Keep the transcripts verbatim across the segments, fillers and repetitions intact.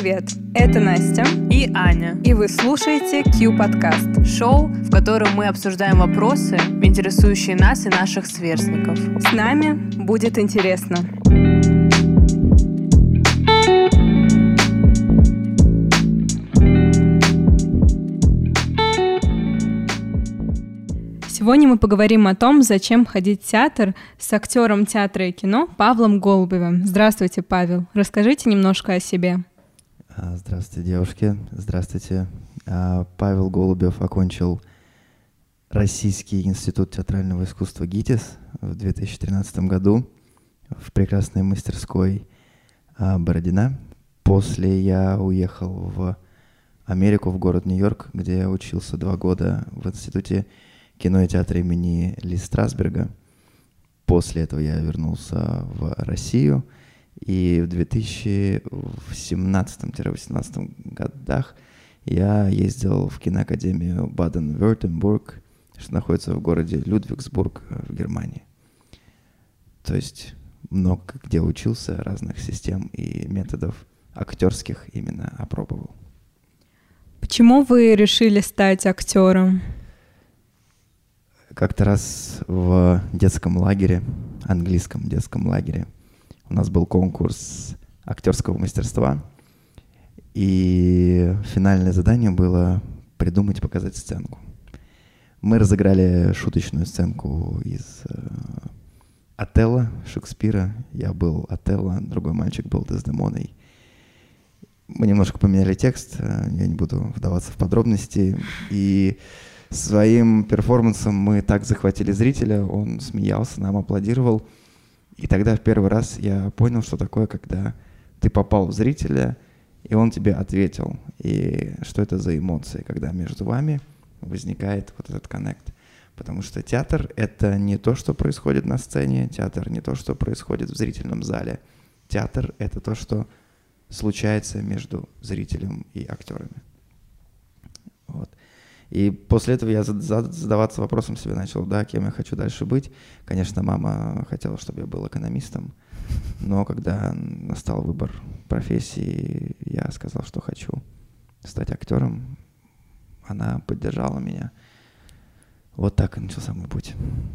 Привет, это Настя и Аня. И вы слушаете Q-подкаст, шоу, в котором мы обсуждаем вопросы, интересующие нас и наших сверстников. С нами будет интересно. Сегодня мы поговорим о том, зачем ходить в театр, с актером театра и кино Павлом Голубевым. Здравствуйте, Павел. Расскажите немножко о себе. Здравствуйте, девушки. Здравствуйте. Павел Голубев окончил Российский институт театрального искусства ГИТИС в две тысячи тринадцатом году в прекрасной мастерской Бородина. После я уехал в Америку, в город Нью-Йорк, где я учился два года в институте кино и театра имени Ли Страсберга. После этого я вернулся в Россию, и в две тысячи семнадцатом-восемнадцатом годах я ездил в киноакадемию Баден-Вюртемберг, что находится в городе Людвигсбург в Германии. То есть много где учился, разных систем и методов актерских именно опробовал. Почему вы решили стать актером? Как-то раз в детском лагере, английском детском лагере, у нас был конкурс актерского мастерства, и финальное задание было придумать и показать сценку. Мы разыграли шуточную сценку из э, Отелло Шекспира. Я был Отелло, другой мальчик был Дездемоной. Мы немножко поменяли текст, я не буду вдаваться в подробности, и своим перформансом мы так захватили зрителя, он смеялся, нам аплодировал. И тогда в первый раз я понял, что такое, когда ты попал в зрителя, и он тебе ответил. И что это за эмоции, когда между вами возникает вот этот коннект. Потому что театр — это не то, что происходит на сцене, театр — не то, что происходит в зрительном зале. Театр — это то, что случается между зрителем и актерами. Вот. И после этого я задаваться вопросом себе начал, да, кем я хочу дальше быть. Конечно, мама хотела, чтобы я был экономистом, но когда настал выбор профессии, я сказал, что хочу стать актером. Она поддержала меня. Вот так и начался мой путь.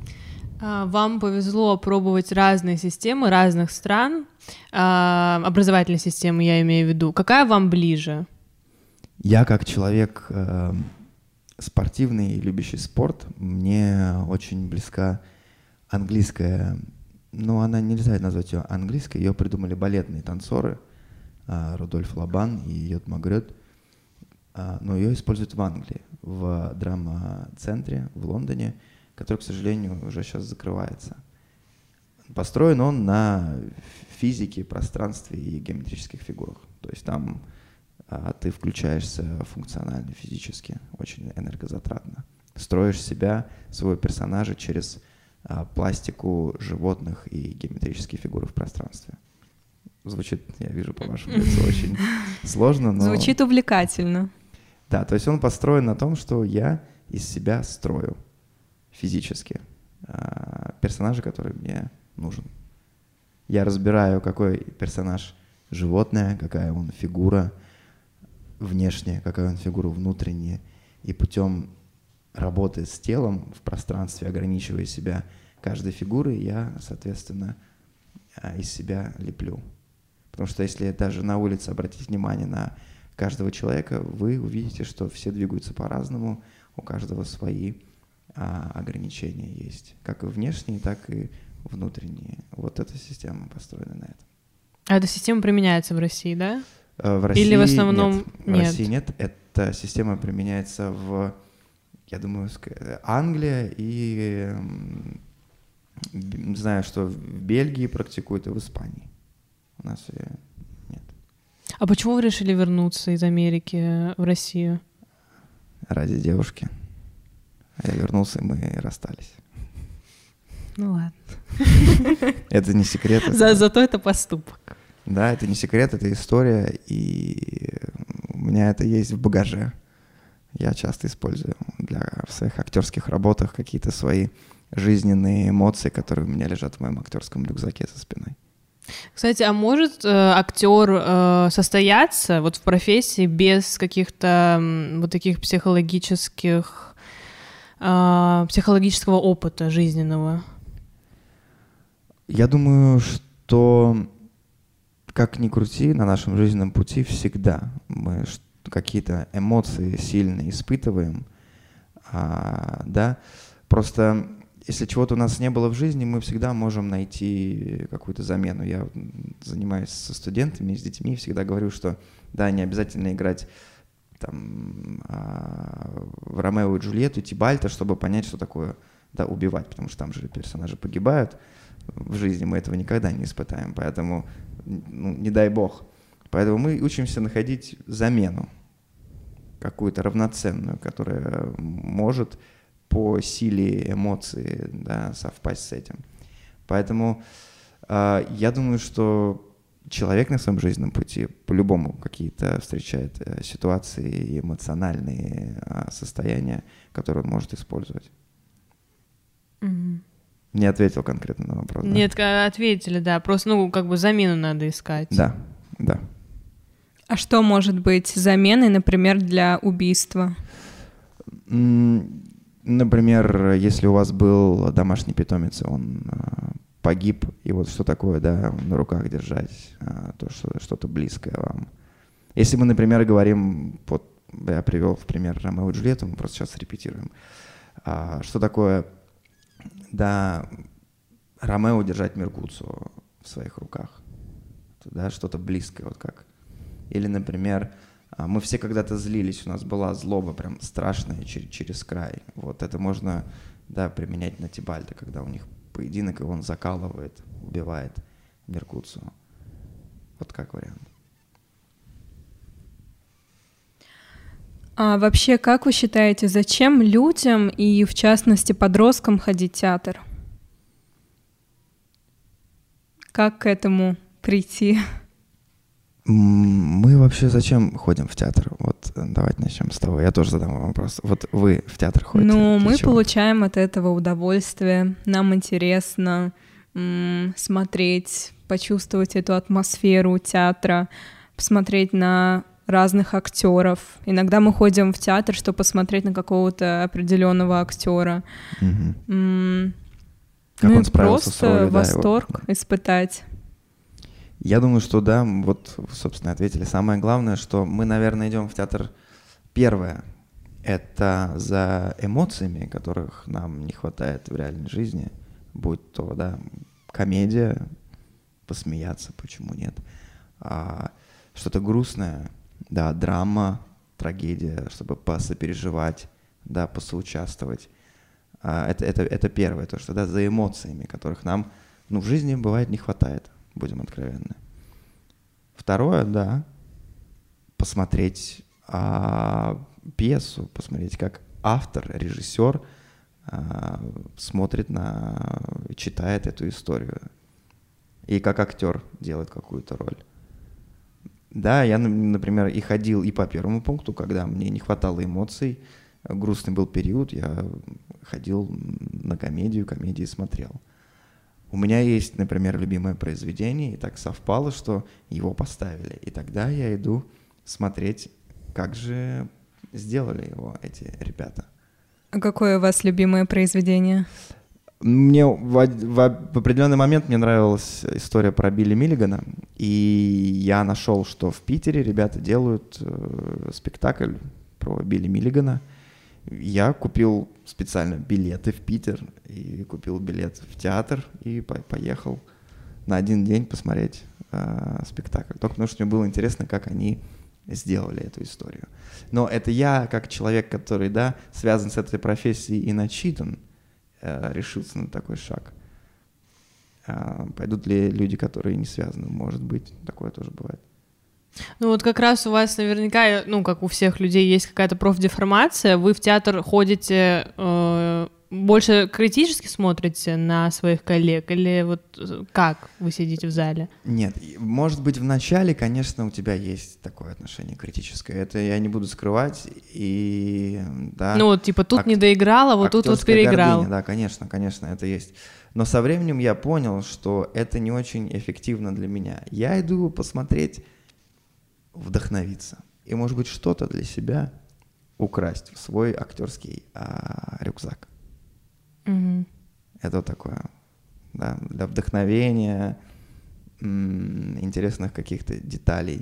Вам повезло пробовать разные системы разных стран, образовательные системы, я имею в виду. Какая вам ближе? Я как человек спортивный и любящий спорт, мне очень близка английская, ну, она нельзя назвать ее английской, ее придумали балетные танцоры Рудольф Лабан и Йод Магрет, но ее используют в Англии, в драма-центре в Лондоне, который, к сожалению, уже сейчас закрывается. Построен он на физике, пространстве и геометрических фигурах, то есть там а ты включаешься функционально, физически, очень энергозатратно. Строишь себя, своего персонажа через а, пластику животных и геометрические фигуры в пространстве. Звучит, я вижу по вашему лицу, очень сложно, но... Звучит увлекательно. Да, то есть он построен на том, что я из себя строю физически а, персонажа, который мне нужен. Я разбираю, какой персонаж животное, какая он фигура, внешне, какая он фигура внутренняя, и путем работы с телом в пространстве, ограничивая себя каждой фигурой, я, соответственно, из себя леплю. Потому что если даже на улице обратить внимание на каждого человека, вы увидите, что все двигаются по-разному, у каждого свои а, ограничения есть, как и внешние, так и внутренние. Вот эта система построена на этом. А эта система применяется в России, да? В России Или в основном нет. В нет? России нет. Эта система применяется в, я думаю, Англия и знаю, что в Бельгии практикуют и в Испании. У нас нет. А почему вы решили вернуться из Америки в Россию? Ради девушки. А я вернулся, и мы расстались. Ну ладно. Это не секрет. За, зато это поступок. Да, это не секрет, это история, и у меня это есть в багаже. Я часто использую для, в своих актерских работах какие-то свои жизненные эмоции, которые у меня лежат в моем актерском рюкзаке за спиной. Кстати, а может э, актер э, состояться вот в профессии без каких-то м, вот таких психологических э, психологического опыта жизненного? Я думаю, что как ни крути, на нашем жизненном пути всегда мы какие-то эмоции сильно испытываем, а, да, просто если чего-то у нас не было в жизни, мы всегда можем найти какую-то замену. Я занимаюсь со студентами, с детьми, всегда говорю, что да, не обязательно играть там, в Ромео и Джульетту, Тибальта, чтобы понять, что такое, да, убивать, потому что там же персонажи погибают. В жизни мы этого никогда не испытаем, поэтому, ну, не дай бог. Поэтому мы учимся находить замену, какую-то равноценную, которая может по силе эмоций, да, совпасть с этим. Поэтому э, я думаю, что человек на своем жизненном пути по-любому какие-то встречает э, ситуации, эмоциональные э, состояния, которые он может использовать. Mm-hmm. Не ответил конкретно на вопрос. Нет, да? ответили, да. Просто, ну, как бы замену надо искать. Да, да. А что может быть заменой, например, для убийства? Например, если у вас был домашний питомец, он э, погиб, и вот что такое, да, на руках держать, э, то, что, что-то близкое вам. Если мы, например, говорим, вот я привел в пример Ромео и Джульетту, мы просто сейчас репетируем, э, что такое, да, Ромео держать Меркуцию в своих руках, да, что-то близкое, вот как. Или, например, мы все когда-то злились, у нас была злоба прям страшная через, через край. Вот это можно, да, применять на Тибальта, когда у них поединок, и он закалывает, убивает Меркуцию. Вот как вариант. А вообще, как вы считаете, зачем людям и, в частности, подросткам ходить в театр? Как к этому прийти? Мы вообще зачем ходим в театр? Вот давайте начнем с того. Я тоже задам вам вопрос. Вот вы в театр ходите? Ну, мы чего? получаем от этого удовольствие. Нам интересно м- смотреть, почувствовать эту атмосферу театра, посмотреть на разных актеров. Иногда мы ходим в театр, чтобы посмотреть на какого-то определенного актера. Угу. М- Как ну он и справился просто с ролью, да, восторг его... испытать. Я думаю, что да, вот, собственно, ответили. Самое главное, что мы, наверное, идем в театр. Первое — это за эмоциями, которых нам не хватает в реальной жизни, будь то, да, комедия, посмеяться, почему нет, а, что-то грустное, да, драма, трагедия, чтобы посопереживать, да, посоучаствовать. А, это, это, это первое, то, что, да, за эмоциями, которых нам, ну, в жизни бывает не хватает. Будем откровенны. Второе, да, посмотреть а, пьесу, посмотреть, как автор, режиссер а, смотрит на, читает эту историю. И как актер делает какую-то роль. Да, я, например, и ходил и по первому пункту, когда мне не хватало эмоций, грустный был период, я ходил на комедию, комедии смотрел. У меня есть, например, любимое произведение, и так совпало, что его поставили. И тогда я иду смотреть, как же сделали его эти ребята. А какое у вас любимое произведение? Мне в, в, в определенный момент мне нравилась история про Билли Миллигана, и я нашел, что в Питере ребята делают э, спектакль про Билли Миллигана. Я купил специально билеты в Питер и купил билет в театр и по- поехал на один день посмотреть э, спектакль. Только потому что мне было интересно, как они сделали эту историю. Но это я, как человек, который, да, связан с этой профессией и начитан, э, решился на такой шаг. Э, пойдут ли люди, которые не связаны? Может быть, такое тоже бывает. Ну вот как раз у вас наверняка, ну как у всех людей, есть какая-то профдеформация. Вы в театр ходите э, больше критически смотрите на своих коллег или вот как вы сидите в зале? Нет, может быть, в начале, конечно, у тебя есть такое отношение критическое. Это я не буду скрывать. И, да, ну, вот, типа, тут ак- не доиграл, а вот тут вот переиграл. Гордыня, да, конечно, конечно, это есть. Но со временем я понял, что это не очень эффективно для меня. Я иду посмотреть, вдохновиться. И, может быть, что-то для себя украсть в свой актерский а, рюкзак. Mm-hmm. Это вот такое, да, для вдохновения, м- интересных каких-то деталей,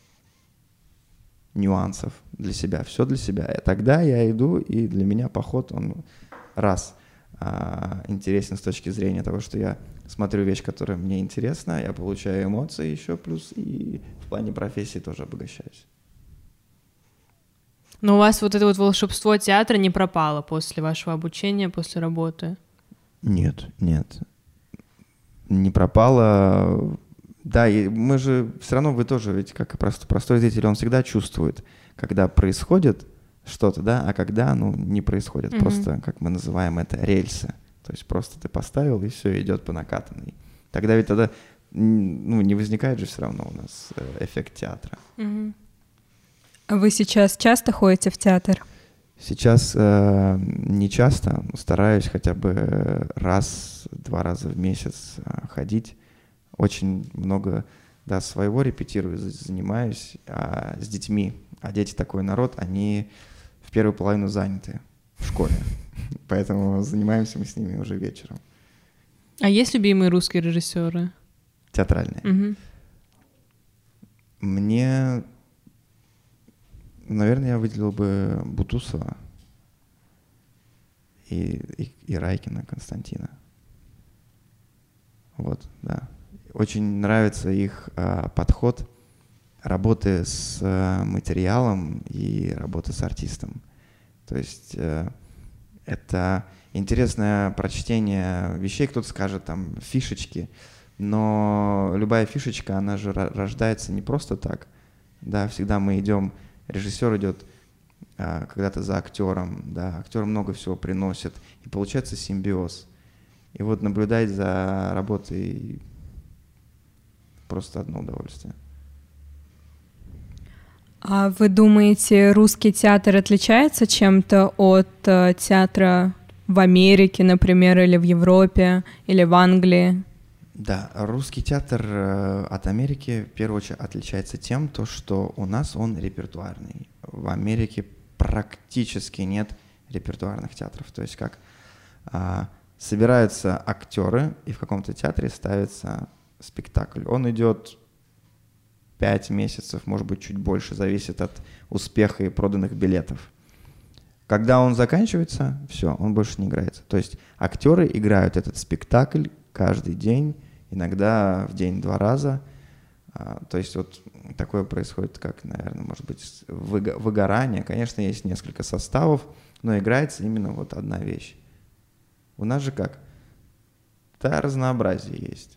нюансов для себя, все для себя. И тогда я иду, и для меня поход, он раз а, интересен с точки зрения того, что я смотрю вещь, которая мне интересна, я получаю эмоции еще плюс, и в плане профессии тоже обогащаюсь. Но у вас вот это вот волшебство театра не пропало после вашего обучения, после работы? Нет, нет. Не пропало. Да, и мы же все равно, вы тоже, ведь как просто простой зритель, он всегда чувствует, когда происходит что-то, да, а когда, ну, не происходит. Mm-hmm. Просто, как мы называем это, рельсы. То есть просто ты поставил, и все идет по накатанной. Тогда ведь тогда, ну, не возникает же все равно у нас эффект театра. Mm-hmm. А вы сейчас часто ходите в театр? Сейчас э, не часто, стараюсь хотя бы раз-два раза в месяц э, ходить. Очень много, да, своего репетирую, занимаюсь а с детьми. А дети такой народ, они в первую половину заняты в школе. Поэтому занимаемся мы с ними уже вечером. А есть любимые русские режиссеры? Театральные. Угу. Мне... Наверное, я выделил бы Бутусова и, и, и Райкина Константина. Вот, да. Очень нравится их а, подход работы с а, материалом и работы с артистом. То есть а, это интересное прочтение вещей, кто-то скажет там фишечки, но любая фишечка, она же рождается не просто так. Да, всегда мы идем... Режиссер идет а, когда-то за актером, да, актер много всего приносит, и получается симбиоз. И вот наблюдать за работой просто одно удовольствие. А вы думаете, русский театр отличается чем-то от э, театра в Америке, например, или в Европе, или в Англии? Да, русский театр э, от Америки в первую очередь отличается тем, то, что у нас он репертуарный. В Америке практически нет репертуарных театров. То есть как э, собираются актеры, и в каком-то театре ставится спектакль. Он идет пять месяцев, может быть, чуть больше, зависит от успеха и проданных билетов. Когда он заканчивается, все, он больше не играется. То есть актеры играют этот спектакль каждый день, иногда в день два раза. А, то есть вот такое происходит, как, наверное, может быть, выго- выгорание. Конечно, есть несколько составов, но играется именно вот одна вещь. У нас же как? Да, разнообразие есть.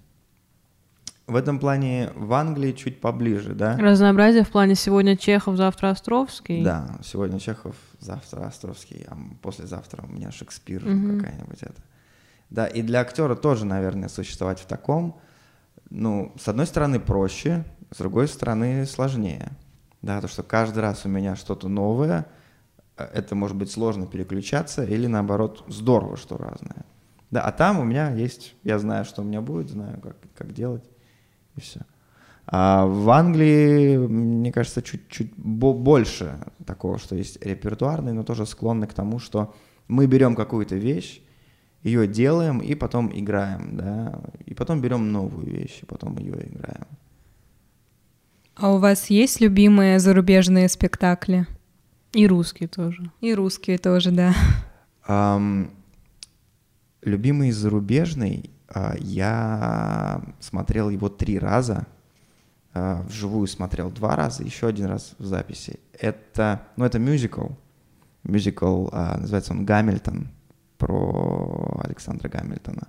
В этом плане в Англии чуть поближе, да? Разнообразие в плане сегодня Чехов, завтра Островский? Да, сегодня Чехов, завтра Островский, а послезавтра у меня Шекспир, угу. какая-нибудь это. Да, и для актера тоже, наверное, существовать в таком, ну, с одной стороны проще, с другой стороны сложнее. Да, то, что каждый раз у меня что-то новое, это может быть сложно переключаться, или наоборот здорово, что разное. Да, а там у меня есть, я знаю, что у меня будет, знаю, как, как делать, и все. А в Англии, мне кажется, чуть-чуть больше такого, что есть репертуарный, но тоже склонны к тому, что мы берем какую-то вещь, ее делаем и потом играем, да, и потом берем новую вещь, и потом ее играем. А у вас есть любимые зарубежные спектакли? И русские тоже. И русские тоже, да. Um, любимый зарубежный, uh, я смотрел его три раза, uh, вживую смотрел два раза, еще один раз в записи. Это, ну, это мюзикл, мюзикл, uh, называется он «Гамильтон», про Александра Гамильтона.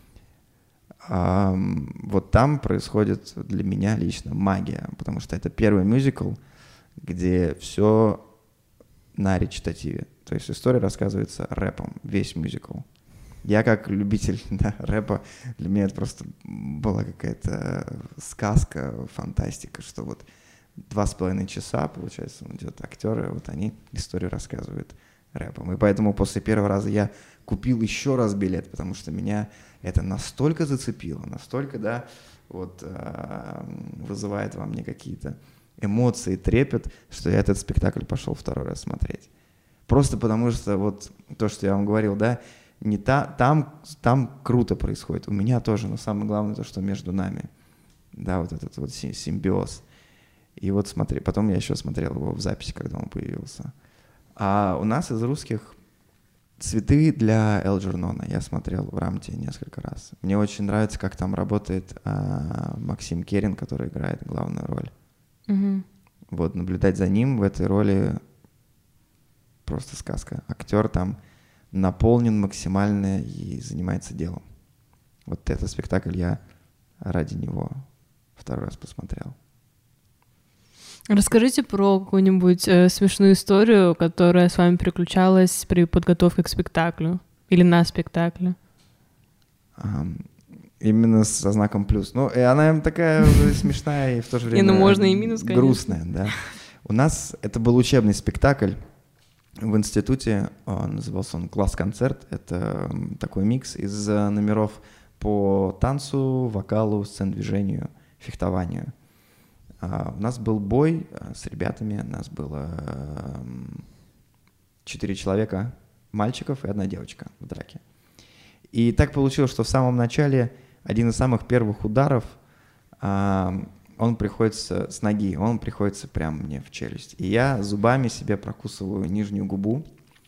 Um, вот там происходит для меня лично магия, потому что это первый мюзикл, где все на речитативе. То есть история рассказывается рэпом, весь мюзикл. Я как любитель да, рэпа, для меня это просто была какая-то сказка, фантастика, что вот два с половиной часа, получается, он идет актеры, вот они историю рассказывают рэпом. И поэтому после первого раза я купил еще раз билет, потому что меня это настолько зацепило, настолько, да, вот э, вызывает во мне какие-то эмоции, трепет, что я этот спектакль пошел второй раз смотреть. Просто потому что вот то, что я вам говорил, да, не та, там, там круто происходит, у меня тоже, но самое главное то, что между нами, да, вот этот вот симбиоз. И вот смотри, потом я еще смотрел его в записи, когда он появился. А у нас из русских «Цветы» для Элджернона я смотрел в Рамте несколько раз. Мне очень нравится, как там работает а, Максим Керин, который играет главную роль. Mm-hmm. Вот, наблюдать за ним в этой роли просто сказка. Актер там наполнен максимально и занимается делом. Вот этот спектакль я ради него второй раз посмотрел. Расскажите про какую-нибудь э, смешную историю, которая с вами приключалась при подготовке к спектаклю или на спектакле. Um, именно со знаком плюс. Ну, и она такая смешная и в то же время ну, можно и минус, грустная. Да. У нас это был учебный спектакль в институте, он, назывался он «Класс-концерт». Это такой микс из номеров по танцу, вокалу, сцен-движению, фехтованию. Uh, у нас был бой uh, с ребятами, у нас было uh, четыре человека, мальчиков и одна девочка в драке. И так получилось, что в самом начале один из самых первых ударов, uh, он приходится с ноги, он приходится прямо мне в челюсть. И я зубами себе прокусываю нижнюю губу,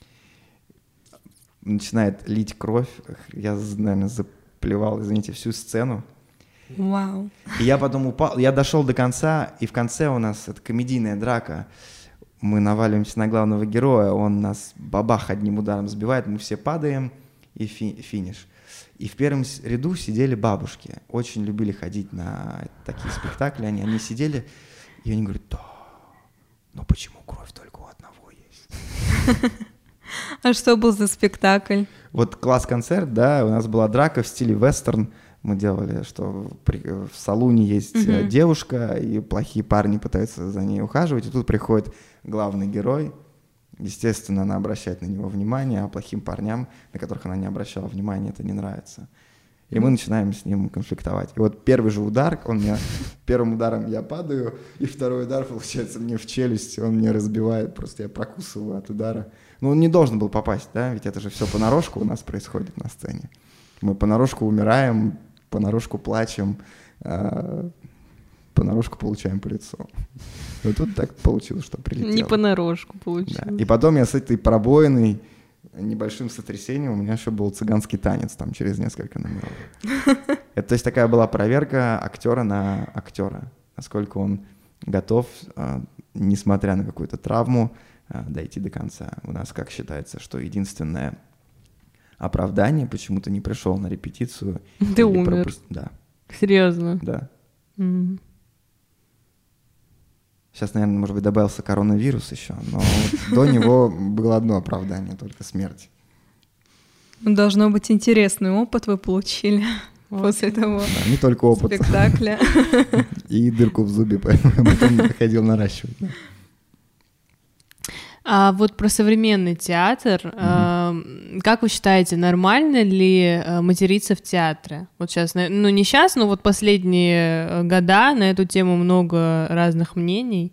начинает лить кровь, я, наверное, заплевал, извините, всю сцену. Вау. И я потом упал, я дошел до конца, и в конце у нас это комедийная драка. Мы наваливаемся на главного героя, он нас бабах одним ударом сбивает, мы все падаем, и фи- финиш. И в первом ряду сидели бабушки, очень любили ходить на такие спектакли, они, они сидели, и они говорят: да, но почему кровь только у одного есть? А что был за спектакль? Вот «Класс-концерт», да, у нас была драка в стиле вестерн. Мы делали, что при, в салуне есть uh-huh. девушка, и плохие парни пытаются за ней ухаживать, и тут приходит главный герой. Естественно, она обращает на него внимание, а плохим парням, на которых она не обращала внимания, это не нравится. И uh-huh. мы начинаем с ним конфликтовать. И вот первый же удар, он мне, первым ударом я падаю, и второй удар, получается, мне в челюсть, он мне разбивает, просто я прокусываю от удара. Ну, он не должен был попасть, да, ведь это же все понарошку у нас происходит на сцене. Мы понарошку умираем, понарошку плачем, э, понарошку получаем по лицу. Вот тут так получилось, что прилетело. Не понарошку получилось. Да. И потом я с этой пробоиной, небольшим сотрясением, у меня еще был цыганский танец там через несколько номеров. Это, то есть такая была проверка актера на актера, насколько он готов, э, несмотря на какую-то травму, э, дойти до конца. У нас как считается, что единственное оправдание, почему ты не пришел на репетицию. Ты умер. Пропусти... Да. Серьезно? Да. Mm. Сейчас, наверное, может быть, добавился коронавирус еще, но до него было одно оправдание, только смерть. Должно быть интересный опыт вы получили после того не только опыт. Спектакля. И дырку в зубе, поэтому я потом ходил наращивать. А вот про современный театр, mm-hmm. э, как вы считаете, нормально ли материться в театре? Вот сейчас, ну не сейчас, но вот последние года на эту тему много разных мнений.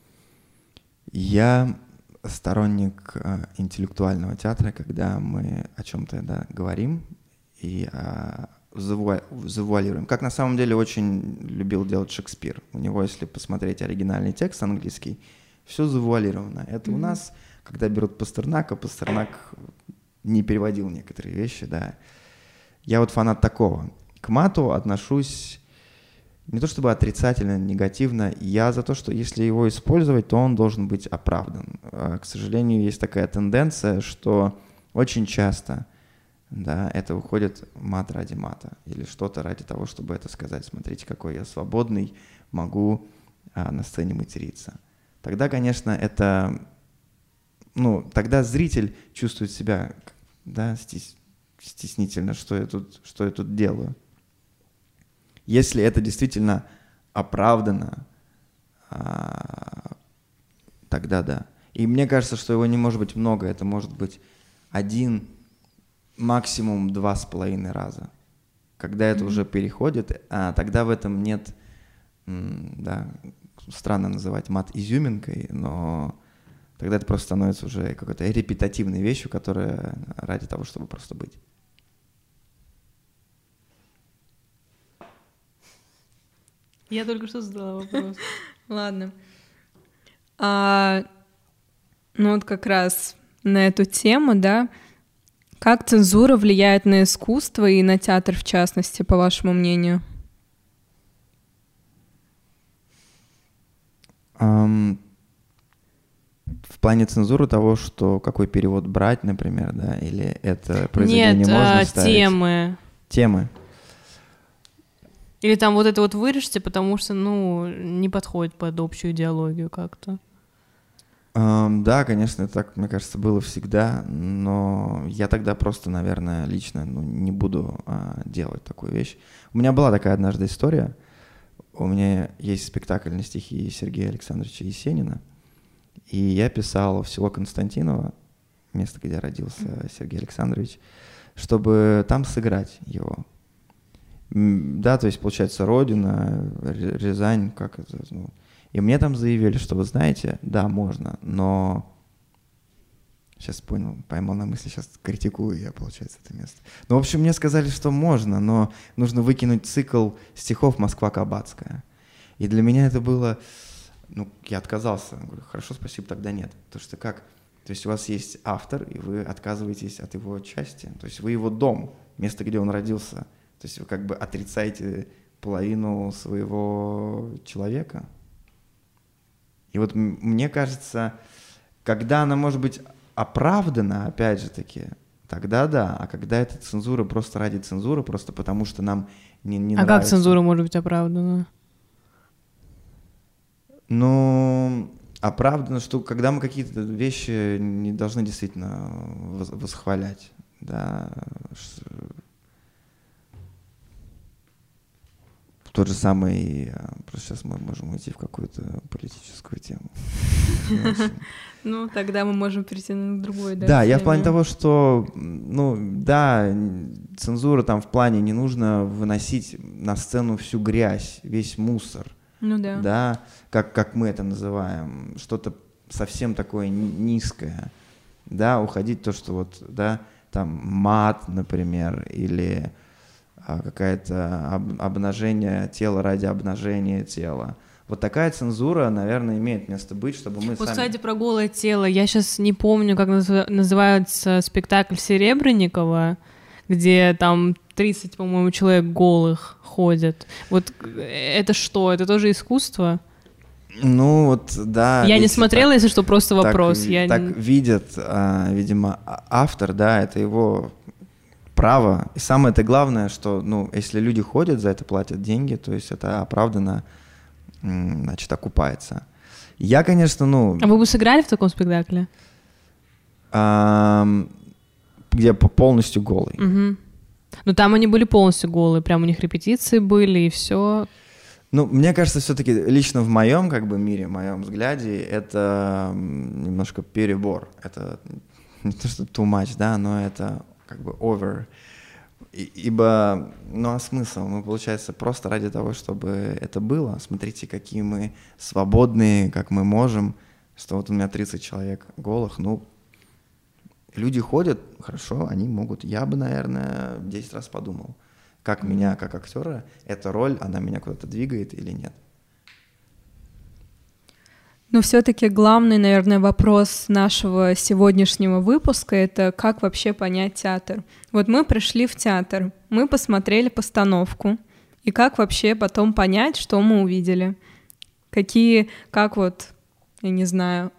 Я сторонник э, интеллектуального театра, когда мы о чем-то да, говорим и э, завуа- завуалируем. Как на самом деле очень любил делать Шекспир. У него, если посмотреть оригинальный текст английский, все завуалировано. Это mm-hmm. у нас, когда берут Пастернака, Пастернак не переводил некоторые вещи, да. Я вот фанат такого. К мату отношусь не то чтобы отрицательно, негативно. Я за то, что если его использовать, то он должен быть оправдан. К сожалению, есть такая тенденция, что очень часто да, это выходит мат ради мата или что-то ради того, чтобы это сказать. Смотрите, какой я свободный, могу а, на сцене материться. Тогда, конечно, это ну, тогда зритель чувствует себя, да, стес, стеснительно, что я тут, что я тут делаю. Если это действительно оправдано, а, тогда да. И мне кажется, что его не может быть много, это может быть один, максимум два с половиной раза. Когда это mm-hmm. уже переходит, а, тогда в этом нет, м, да, странно называть мат изюминкой, но тогда это просто становится уже какой-то репетативной вещью, которая ради того, чтобы просто быть. Я только что задала вопрос. Ладно. А, ну вот как раз на эту тему, да, как цензура влияет на искусство и на театр в частности, по вашему мнению? Um, в плане цензуры того, что какой перевод брать, например, да, или это произведение Нет, можно а, ставить? темы. Темы. Или там вот это вот вырежьте, потому что, ну, не подходит под общую идеологию как-то. Um, да, конечно, так, мне кажется, было всегда, но я тогда просто, наверное, лично ну, не буду а, делать такую вещь. У меня была такая однажды история. У меня есть спектакль на стихи Сергея Александровича Есенина, и я писал в село Константиново, место, где родился Сергей Александрович, чтобы там сыграть его. Да, то есть, получается, Родина, Рязань, как это, ну... И мне там заявили, что, вы знаете, да, можно, но... Сейчас понял, поймал на мысли, сейчас критикую я, получается, это место. Ну, в общем, мне сказали, что можно, но нужно выкинуть цикл стихов «Москва-Кабацкая». И для меня это было... Ну, я отказался. Говорю, хорошо, спасибо, тогда нет. Потому что как? То есть у вас есть автор, и вы отказываетесь от его части. То есть вы его дом, место, где он родился. То есть вы как бы отрицаете половину своего человека. И вот мне кажется, когда она может быть оправдана, опять же таки, тогда да. А когда это цензура просто ради цензуры, просто потому что нам не, не а нравится. А как цензура может быть оправдана? Ну, оправдано, что когда мы какие-то вещи не должны действительно восхвалять, да. Тот же самый, просто сейчас мы можем уйти в какую-то политическую тему. Ну, тогда мы можем перейти на другой, да? Да, я в плане того, что, ну, да, цензура там в плане не нужно выносить на сцену всю грязь, весь мусор. Ну да. Да, как, как мы это называем, что-то совсем такое низкое. Да, уходить то, что вот, да, там мат, например, или... какое-то об, обнажение тела ради обнажения тела. Вот такая цензура, наверное, имеет место быть, чтобы мы вот, сами... Вот, кстати, про голое тело. Я сейчас не помню, как назыв... называется спектакль Серебренникова, где там тридцать, по-моему, человек голых ходят. Вот это что? Это тоже искусство? Ну, вот, да. Я не смотрела, так, если что, просто вопрос. Так, Я так не... видит, а, видимо, автор, да, это его... право. И самое-то главное, что, ну, если люди ходят, за это платят деньги, то есть это оправданно, значит, окупается. Я, конечно, ну... А вы бы сыграли в таком спектакле? А, где полностью голый. Угу. Ну, там они были полностью голые, прям у них репетиции были, и все. Ну, мне кажется, все-таки лично в моем, как бы, мире, в моем взгляде, это немножко перебор. Это не то, что too much, да, но это... как бы over, и, ибо, ну а смысл? Мы, получается, просто ради того, чтобы это было, смотрите, какие мы свободные, как мы можем, что вот у меня тридцать человек голых, ну, люди ходят, хорошо, они могут, я бы, наверное, десять раз подумал, как меня, как актера, эта роль, она меня куда-то двигает или нет. Но все-таки главный, наверное, вопрос нашего сегодняшнего выпуска — это как вообще понять театр. Вот мы пришли в театр, мы посмотрели постановку, и как вообще потом понять, что мы увидели? Какие, как вот, я не знаю,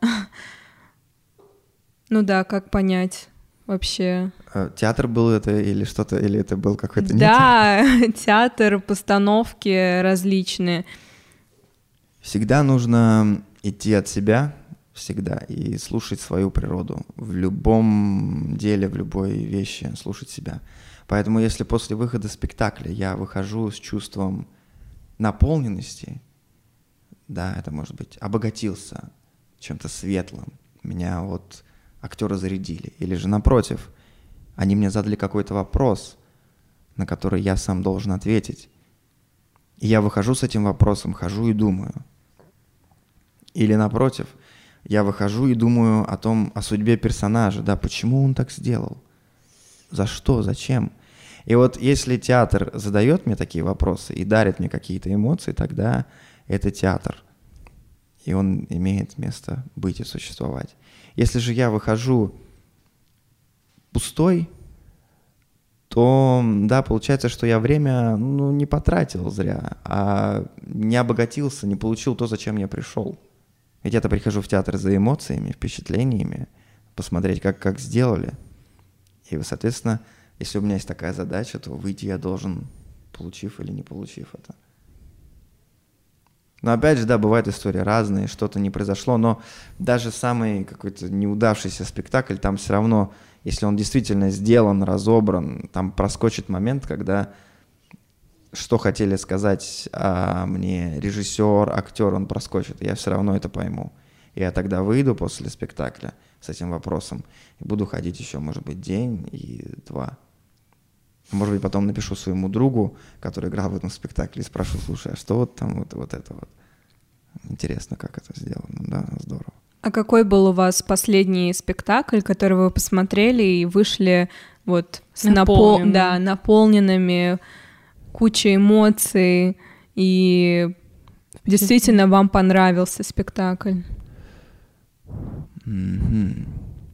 ну да, как понять вообще? Театр был это или что-то, или это был какой-то... Да, театр, постановки различные. Всегда нужно... идти от себя, всегда и слушать свою природу в любом деле, в любой вещи, слушать себя. Поэтому если после выхода спектакля я выхожу с чувством наполненности, да, это может быть обогатился чем-то светлым, меня вот актеры зарядили, или же напротив, они мне задали какой-то вопрос, на который я сам должен ответить. И я выхожу с этим вопросом, хожу и думаю. Или напротив, я выхожу и думаю о том, о судьбе персонажа, да, почему он так сделал, за что, зачем. И вот если театр задает мне такие вопросы и дарит мне какие-то эмоции, тогда это театр, и он имеет место быть и существовать. Если же я выхожу пустой, то, да, получается, что я время, ну, не потратил зря, а не обогатился, не получил то, зачем я пришел. Ведь я-то прихожу в театр за эмоциями, впечатлениями, посмотреть, как, как сделали. И, соответственно, если у меня есть такая задача, то выйти я должен, получив или не получив это. Но опять же, да, бывают истории разные, что-то не произошло, но даже самый какой-то неудавшийся спектакль, там все равно, если он действительно сделан, разобран, там проскочит момент, когда что хотели сказать а, мне режиссер, актер, он проскочит, и я все равно это пойму. И я тогда выйду после спектакля с этим вопросом и буду ходить еще, может быть, день и два. Может быть, потом напишу своему другу, который играл в этом спектакле, и спрошу: слушай, а что вот там вот, вот это вот? Интересно, как это сделано, да, здорово. А какой был у вас последний спектакль, который вы посмотрели и вышли вот с напол... да, наполненными кучей эмоций, и действительно вам понравился спектакль? Mm-hmm.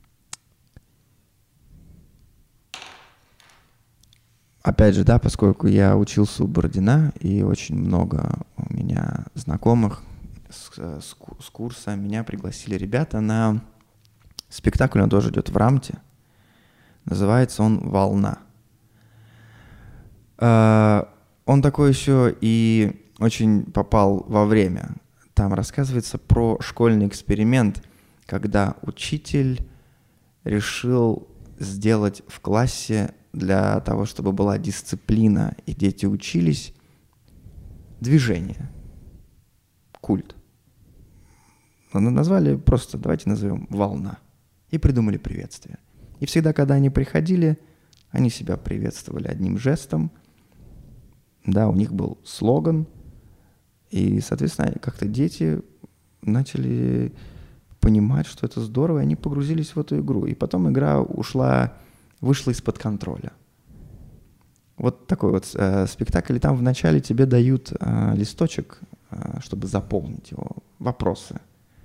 Опять же, да, поскольку я учился у Бородина, и очень много у меня знакомых с, с, с курса, меня пригласили ребята на спектакль, он тоже идет в Рамте. Называется он «Волна». Uh, он такой еще и очень попал во время. Там рассказывается про школьный эксперимент, когда учитель решил сделать в классе для того, чтобы была дисциплина и дети учились, движение, культ. Назвали просто, давайте назовем «Волна». И придумали приветствие. И всегда, когда они приходили, они себя приветствовали одним жестом. Да, у них был слоган. И, соответственно, как-то дети начали понимать, что это здорово, и они погрузились в эту игру. И потом игра ушла, вышла из-под контроля. Вот такой вот э, спектакль. И там вначале тебе дают э, листочек, э, чтобы заполнить его, вопросы.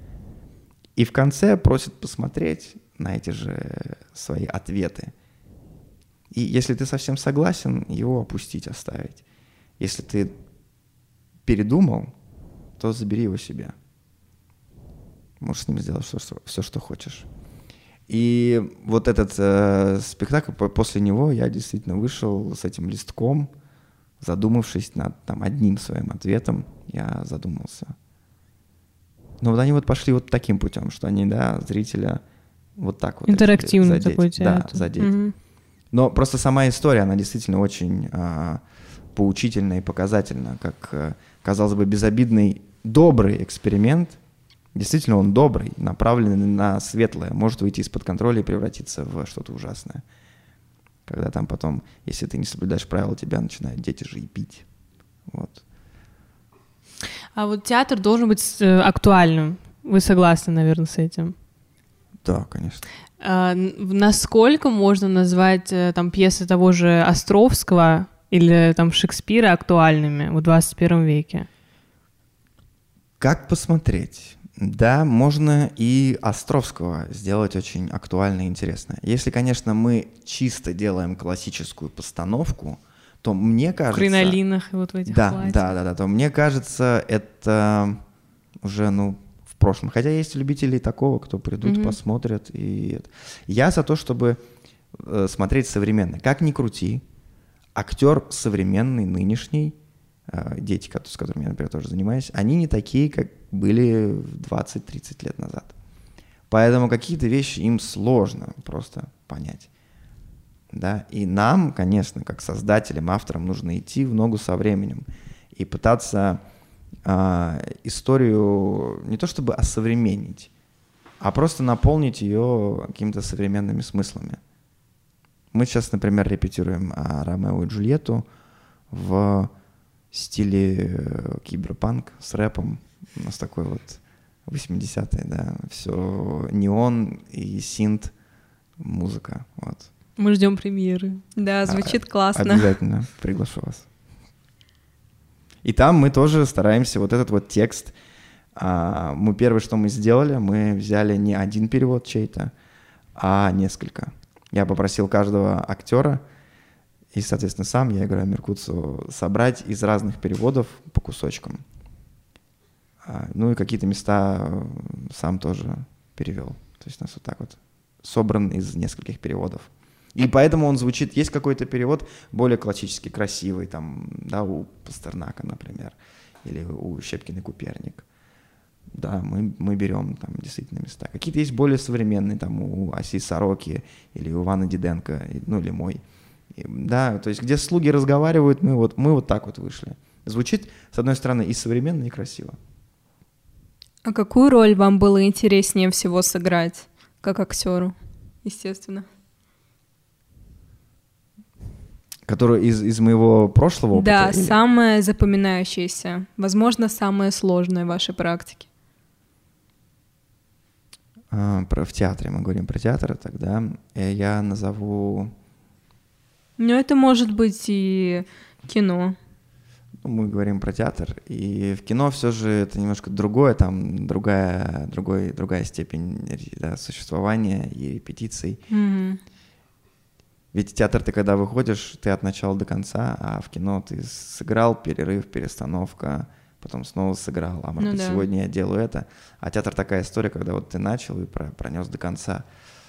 И в конце просят посмотреть на эти же свои ответы. И если ты совсем согласен, его опустить, оставить. Если ты передумал, то забери его себе. Можешь с ним сделать все, что, все, что хочешь. И вот этот э, спектакль, после него я действительно вышел с этим листком, задумавшись над там, одним своим ответом, я задумался. Но вот они вот пошли вот таким путем, что они, да, зрителя вот так вот... Интерактивный такой театр. Да, задеть. Угу. Но просто сама история, она действительно очень э, поучительна и показательна, как, э, казалось бы, безобидный, добрый эксперимент. Действительно, он добрый, направленный на светлое, может выйти из-под контроля и превратиться в что-то ужасное. Когда там потом, если ты не соблюдаешь правила, тебя начинают дети же и бить. Вот. А вот театр должен быть актуальным. Вы согласны, наверное, с этим? Да, конечно. А, насколько можно назвать там пьесы того же Островского или там Шекспира актуальными в двадцать первом веке? Как посмотреть? Да, можно и Островского сделать очень актуально и интересно. Если, конечно, мы чисто делаем классическую постановку, то мне кажется... В кринолинах и вот в этих да, платьях. Да, да, да, то мне кажется, это уже, ну, в прошлом. Хотя есть любители такого, кто придут, mm-hmm. посмотрят. И... Я за то, чтобы э, смотреть современно. Как ни крути, актер современный, нынешний, э, дети, с которыми я, например, тоже занимаюсь, они не такие, как были двадцать-тридцать лет назад. Поэтому какие-то вещи им сложно просто понять. Да? И нам, конечно, как создателям, авторам, нужно идти в ногу со временем и пытаться а, историю не то чтобы осовременить, а просто наполнить ее какими-то современными смыслами. Мы сейчас, например, репетируем а, Ромео и Джульетту в стиле киберпанк с рэпом. У нас такой вот восьмидесятые, да, все неон и синт музыка, вот. Мы ждем премьеры. Да, звучит а, классно. Обязательно приглашу вас. И там мы тоже стараемся вот этот вот текст. А, мы первое, что мы сделали, мы взяли не один перевод чей-то, а несколько. Я попросил каждого актера, и, соответственно, сам, я играю Меркуцу, собрать из разных переводов по кусочкам. А, ну и какие-то места сам тоже перевел. То есть у нас вот так вот собран из нескольких переводов. И поэтому он звучит, есть какой-то перевод более классический, красивый, там, да, у Пастернака, например, или у Щепкина Куперник. Да, мы, мы берем там действительно места. Какие-то есть более современные, там, у Аси Сороки или у Ивана Диденко, ну, или мой. И, да, то есть где слуги разговаривают, мы вот, мы вот так вот вышли. Звучит, с одной стороны, и современно, и красиво. А какую роль вам было интереснее всего сыграть, как актеру, естественно? Которую из, из моего прошлого опыта? Да, или? самое запоминающееся, возможно, самое сложное в вашей практике. А, про, в театре, мы говорим про театр, тогда я назову... Ну, это может быть и кино. Ну, мы говорим про театр, и в кино все же это немножко другое, там другая, другой, другая степень, да, существования и репетиций. Mm-hmm. Ведь в театр ты когда выходишь, ты от начала до конца, а в кино ты сыграл, перерыв, перестановка, потом снова сыграл, а может ну, быть да. сегодня я делаю это. А театр такая история, когда вот ты начал и пронес до конца.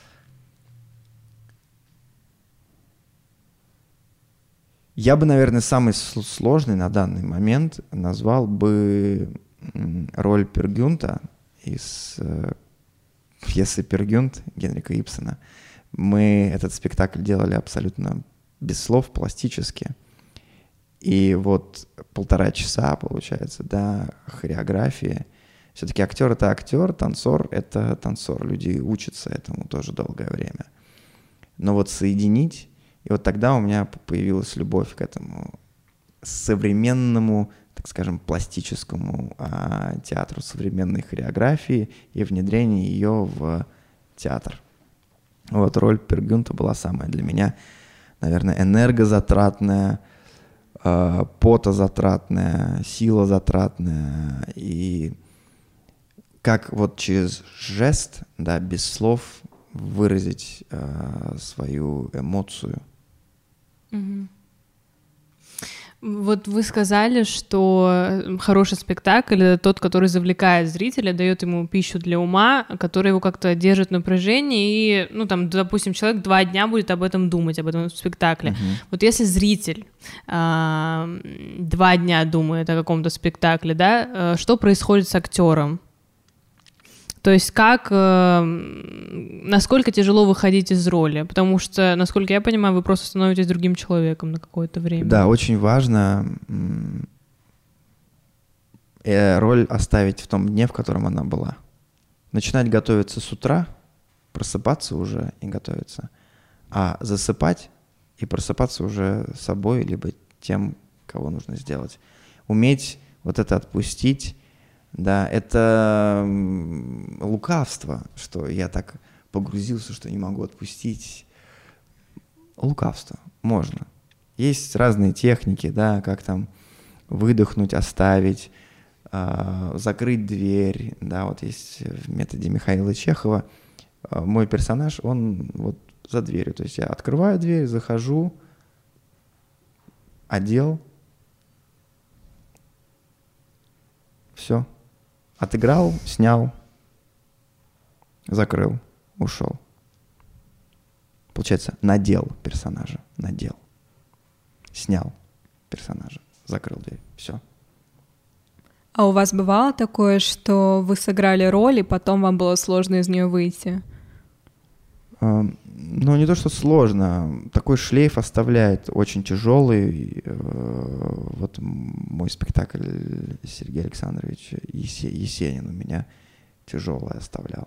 Я бы, наверное, самый сложный на данный момент назвал бы роль Пер Гюнта из э, пьесы «Пер Гюнт» Генрика Ибсена. Мы этот спектакль делали абсолютно без слов, пластически. И вот полтора часа, получается, да, хореографии. Все-таки актер — это актер, танцор — это танцор. Люди учатся этому тоже долгое время. Но вот соединить... И вот тогда у меня появилась любовь к этому современному, так скажем, пластическому а, театру современной хореографии и внедрение ее в театр. Вот роль Пер Гюнта была самая для меня, наверное, энергозатратная, э, потозатратная, силозатратная. И как вот через жест, да, без слов выразить э, свою эмоцию. Mm-hmm. Вот вы сказали, что хороший спектакль — это тот, который завлекает зрителя, дает ему пищу для ума, который его как-то держит в напряжении, и, ну, там, допустим, человек два дня будет об этом думать, об этом спектакле. Uh-huh. Вот если зритель а, два дня думает о каком-то спектакле, да, что происходит с актером? То есть как, э, насколько тяжело выходить из роли? Потому что, насколько я понимаю, вы просто становитесь другим человеком на какое-то время. Да, очень важно э, роль оставить в том дне, в котором она была. Начинать готовиться с утра, просыпаться уже и готовиться, а засыпать и просыпаться уже собой, либо тем, кого нужно сделать. Уметь вот это отпустить. Да, это лукавство, что я так погрузился, что не могу отпустить. Лукавство. Можно. Есть разные техники, да, как там выдохнуть, оставить, э, закрыть дверь. Да, вот есть в методе Михаила Чехова. Э, мой персонаж, он вот за дверью. То есть я открываю дверь, захожу, одел, все. Отыграл, снял, закрыл, ушел. Получается, надел персонажа, надел, снял персонажа, закрыл дверь, все. А у вас бывало такое, что вы сыграли роль, и потом вам было сложно из нее выйти? Uh, ну, не то, что сложно. Такой шлейф оставляет очень тяжелый. Uh, вот мой спектакль Сергея Александровича Есе- Есенин у меня тяжелый оставлял.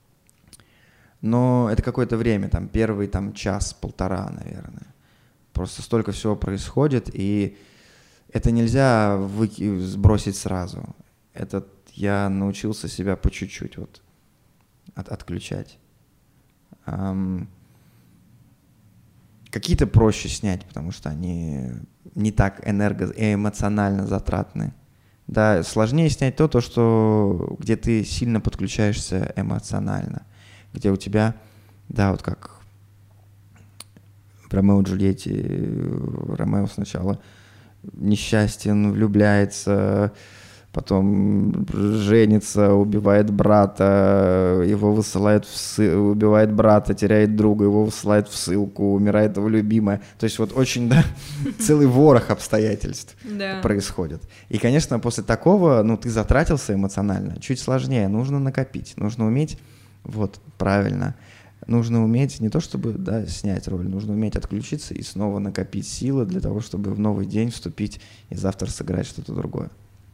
Но это какое-то время, там первый там, час-полтора, наверное. Просто столько всего происходит, и это нельзя выки- сбросить сразу. Это я научился себя по чуть-чуть вот от- отключать. Um, какие-то проще снять, потому что они не так энерго- и эмоционально затратны. Да, сложнее снять то, то, что, где ты сильно подключаешься эмоционально, где у тебя, да, вот как в Ромео и Джульетте, Ромео сначала несчастен, влюбляется, потом женится, убивает брата, его высылают в сы... убивает брата, теряет друга, его высылают в ссылку, умирает его любимая. То есть вот очень, да, целый ворох обстоятельств Да. происходит. И, конечно, после такого, ну, ты затратился эмоционально, чуть сложнее, нужно накопить, нужно уметь, вот, правильно, нужно уметь не то чтобы, да, снять роль, нужно уметь отключиться и снова накопить силы для того, чтобы в новый день вступить и завтра сыграть что-то другое.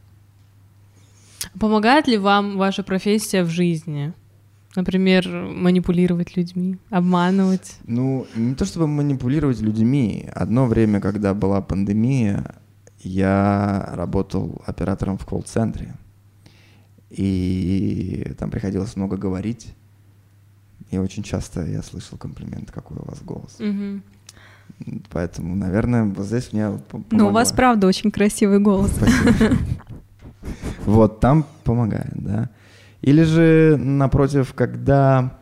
Помогает ли вам ваша профессия в жизни? Например, манипулировать людьми, обманывать? Ну, не то чтобы манипулировать людьми. Одно время, когда была пандемия, я работал оператором в колл-центре. И там приходилось много говорить. И очень часто я слышал комплимент, какой у вас голос. Угу. Поэтому, наверное, вот здесь мне помогло. Ну, у вас, правда, очень красивый голос. Спасибо. Вот, там помогает, да. Или же, напротив, когда,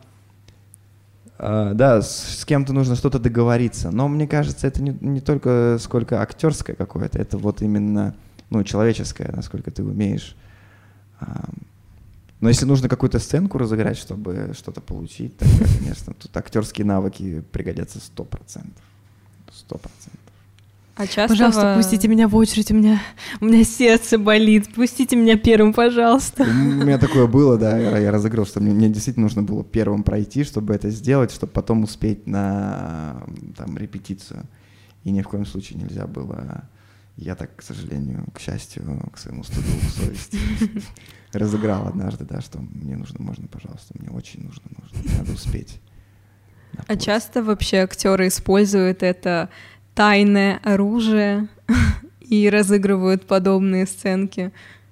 э, да, с, с кем-то нужно что-то договориться. Но мне кажется, это не, не только сколько актерское какое-то, это вот именно, ну, человеческое, насколько ты умеешь. Э, но если нужно какую-то сценку разыграть, чтобы что-то получить, тогда, конечно, тут актерские навыки пригодятся сто процентов. Сто процентов. А часто Пожалуйста, вы... пустите меня в очередь, у меня, у меня сердце болит, пустите меня первым, пожалуйста. У меня такое было, да, я, я разыграл, что мне, мне действительно нужно было первым пройти, чтобы это сделать, чтобы потом успеть на там, репетицию. И ни в коем случае нельзя было, я так, к сожалению, к счастью, к своему стыду, к совести, разыграл однажды, да, что мне нужно, можно, пожалуйста, мне очень нужно, нужно, надо успеть. А часто вообще актеры используют это тайное оружие и разыгрывают подобные сценки?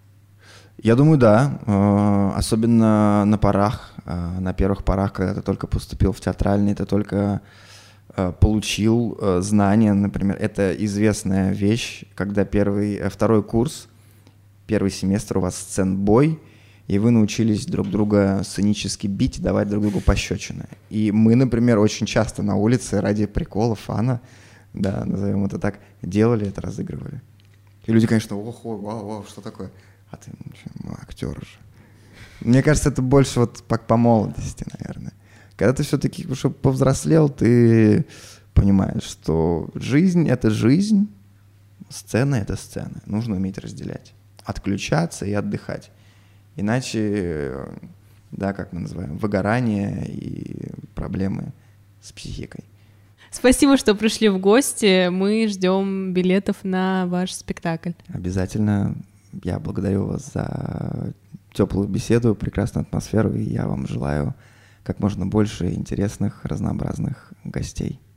Я думаю, да. Особенно на порах, на первых порах, когда ты только поступил в театральный, ты только получил знания, например. Это известная вещь, когда первый, второй курс, первый семестр у вас сцен-бой, и вы научились друг друга сценически бить, давать друг другу пощечины. И мы, например, очень часто на улице ради прикола, фана, да, назовем это так, делали это, разыгрывали. И люди, конечно, ох, ой, вау, вау, что такое? А ты, ну, что, ну, актер же. Мне кажется, это больше вот по, по молодости, наверное. Когда ты все-таки уже повзрослел, ты понимаешь, что жизнь — это жизнь, сцена — это сцена. Нужно уметь разделять. Отключаться и отдыхать. Иначе, да, как мы называем, выгорание и проблемы с психикой. Спасибо, что пришли в гости. Мы ждем билетов на ваш спектакль. Обязательно. Я благодарю вас за теплую беседу, прекрасную атмосферу, и я вам желаю как можно больше интересных, разнообразных гостей.